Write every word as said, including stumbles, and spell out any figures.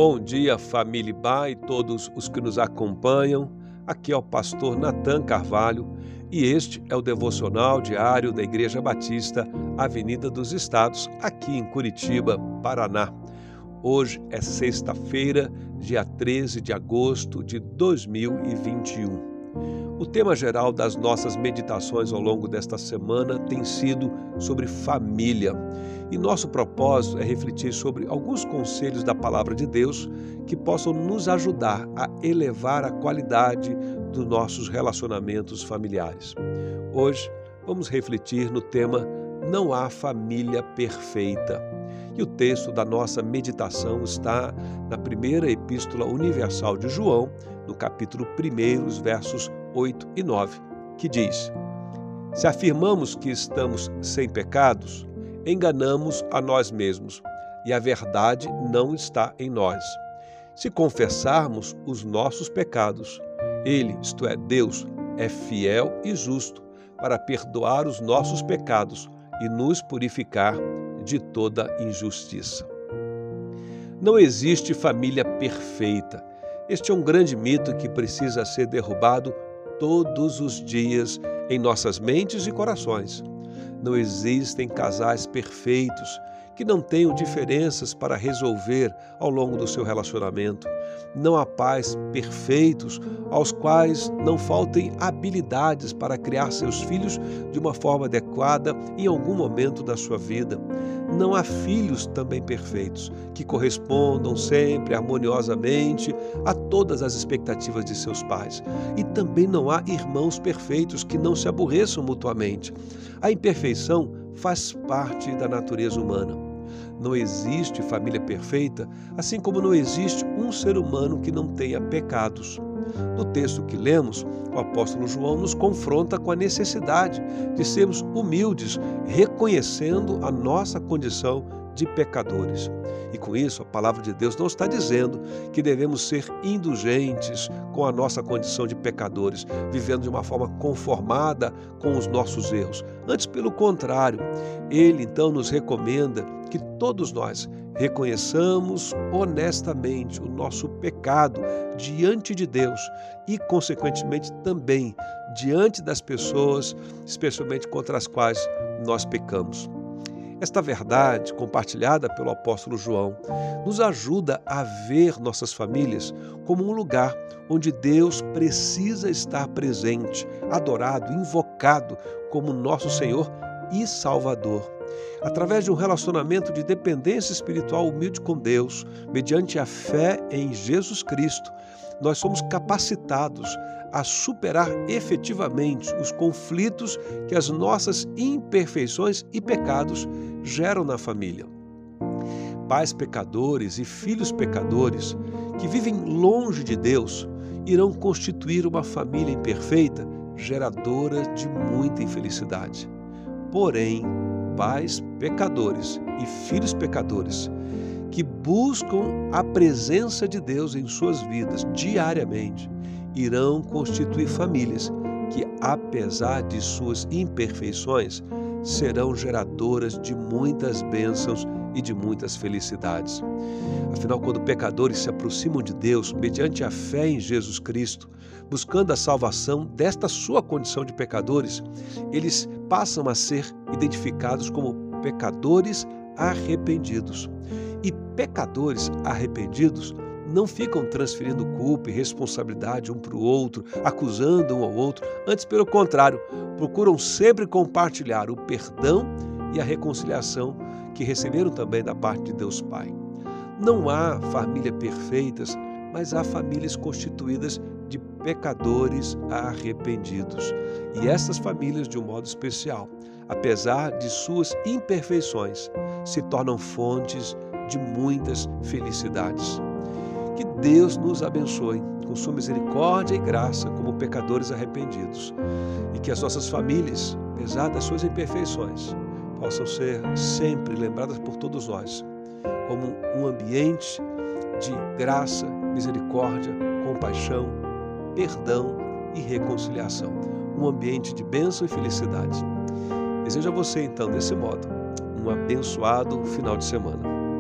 Bom dia, família Ibá e todos os que nos acompanham. Aqui é o pastor Natan Carvalho e este é o devocional diário da Igreja Batista, Avenida dos Estados, aqui em Curitiba, Paraná. Hoje é sexta-feira, dia treze de agosto de dois mil e vinte e um. O tema geral das nossas meditações ao longo desta semana tem sido sobre família. E nosso propósito é refletir sobre alguns conselhos da Palavra de Deus que possam nos ajudar a elevar a qualidade dos nossos relacionamentos familiares. Hoje vamos refletir no tema Não há família perfeita. E o texto da nossa meditação está na primeira epístola universal de João, no capítulo um, os versos oito e nove, que diz: Se afirmamos que estamos sem pecados, enganamos a nós mesmos, e a verdade não está em nós. Se confessarmos os nossos pecados, Ele, isto é, Deus, é fiel e justo para perdoar os nossos pecados e nos purificar de toda injustiça. Não existe família perfeita. Este é um grande mito que precisa ser derrubado todos os dias em nossas mentes e corações. Não existem casais perfeitos que não tenham diferenças para resolver ao longo do seu relacionamento. Não há pais perfeitos aos quais não faltem habilidades para criar seus filhos de uma forma adequada em algum momento da sua vida. Não há filhos também perfeitos que correspondam sempre harmoniosamente a todas as expectativas de seus pais. E também não há irmãos perfeitos que não se aborreçam mutuamente. A imperfeição faz parte da natureza humana. Não existe família perfeita, assim como não existe um ser humano que não tenha pecados. No texto que lemos, o apóstolo João nos confronta com a necessidade de sermos humildes, reconhecendo a nossa condição de pecadores. E com isso, a palavra de Deus não está dizendo que devemos ser indulgentes com a nossa condição de pecadores, vivendo de uma forma conformada com os nossos erros. Antes, pelo contrário, Ele então nos recomenda que todos nós reconheçamos honestamente o nosso pecado diante de Deus e, consequentemente, também diante das pessoas, especialmente contra as quais nós pecamos. Esta verdade, compartilhada pelo apóstolo João, nos ajuda a ver nossas famílias como um lugar onde Deus precisa estar presente, adorado, invocado como nosso Senhor e Salvador. Através de um relacionamento de dependência espiritual humilde com Deus, mediante a fé em Jesus Cristo, nós somos capacitados a superar efetivamente os conflitos que as nossas imperfeições e pecados geram na família. Pais pecadores e filhos pecadores que vivem longe de Deus irão constituir uma família imperfeita, geradora de muita infelicidade. Porém, pais pecadores e filhos pecadores que buscam a presença de Deus em suas vidas diariamente, irão constituir famílias que, apesar de suas imperfeições, serão geradoras de muitas bênçãos e de muitas felicidades. Afinal, quando pecadores se aproximam de Deus mediante a fé em Jesus Cristo, buscando a salvação desta sua condição de pecadores, eles passam a ser identificados como pecadores arrependidos. E pecadores arrependidos não ficam transferindo culpa e responsabilidade um para o outro, acusando um ao outro. Antes, pelo contrário, procuram sempre compartilhar o perdão e a reconciliação que receberam também da parte de Deus Pai. Não há famílias perfeitas, mas há famílias constituídas de pecadores arrependidos. E essas famílias, de um modo especial, apesar de suas imperfeições, se tornam fontes de muitas felicidades. Que Deus nos abençoe com sua misericórdia e graça como pecadores arrependidos e que as nossas famílias, apesar das suas imperfeições, possam ser sempre lembradas por todos nós como um ambiente de graça, misericórdia, compaixão, perdão e reconciliação. Um ambiente de bênção e felicidade. Desejo a você, então, desse modo, um abençoado final de semana.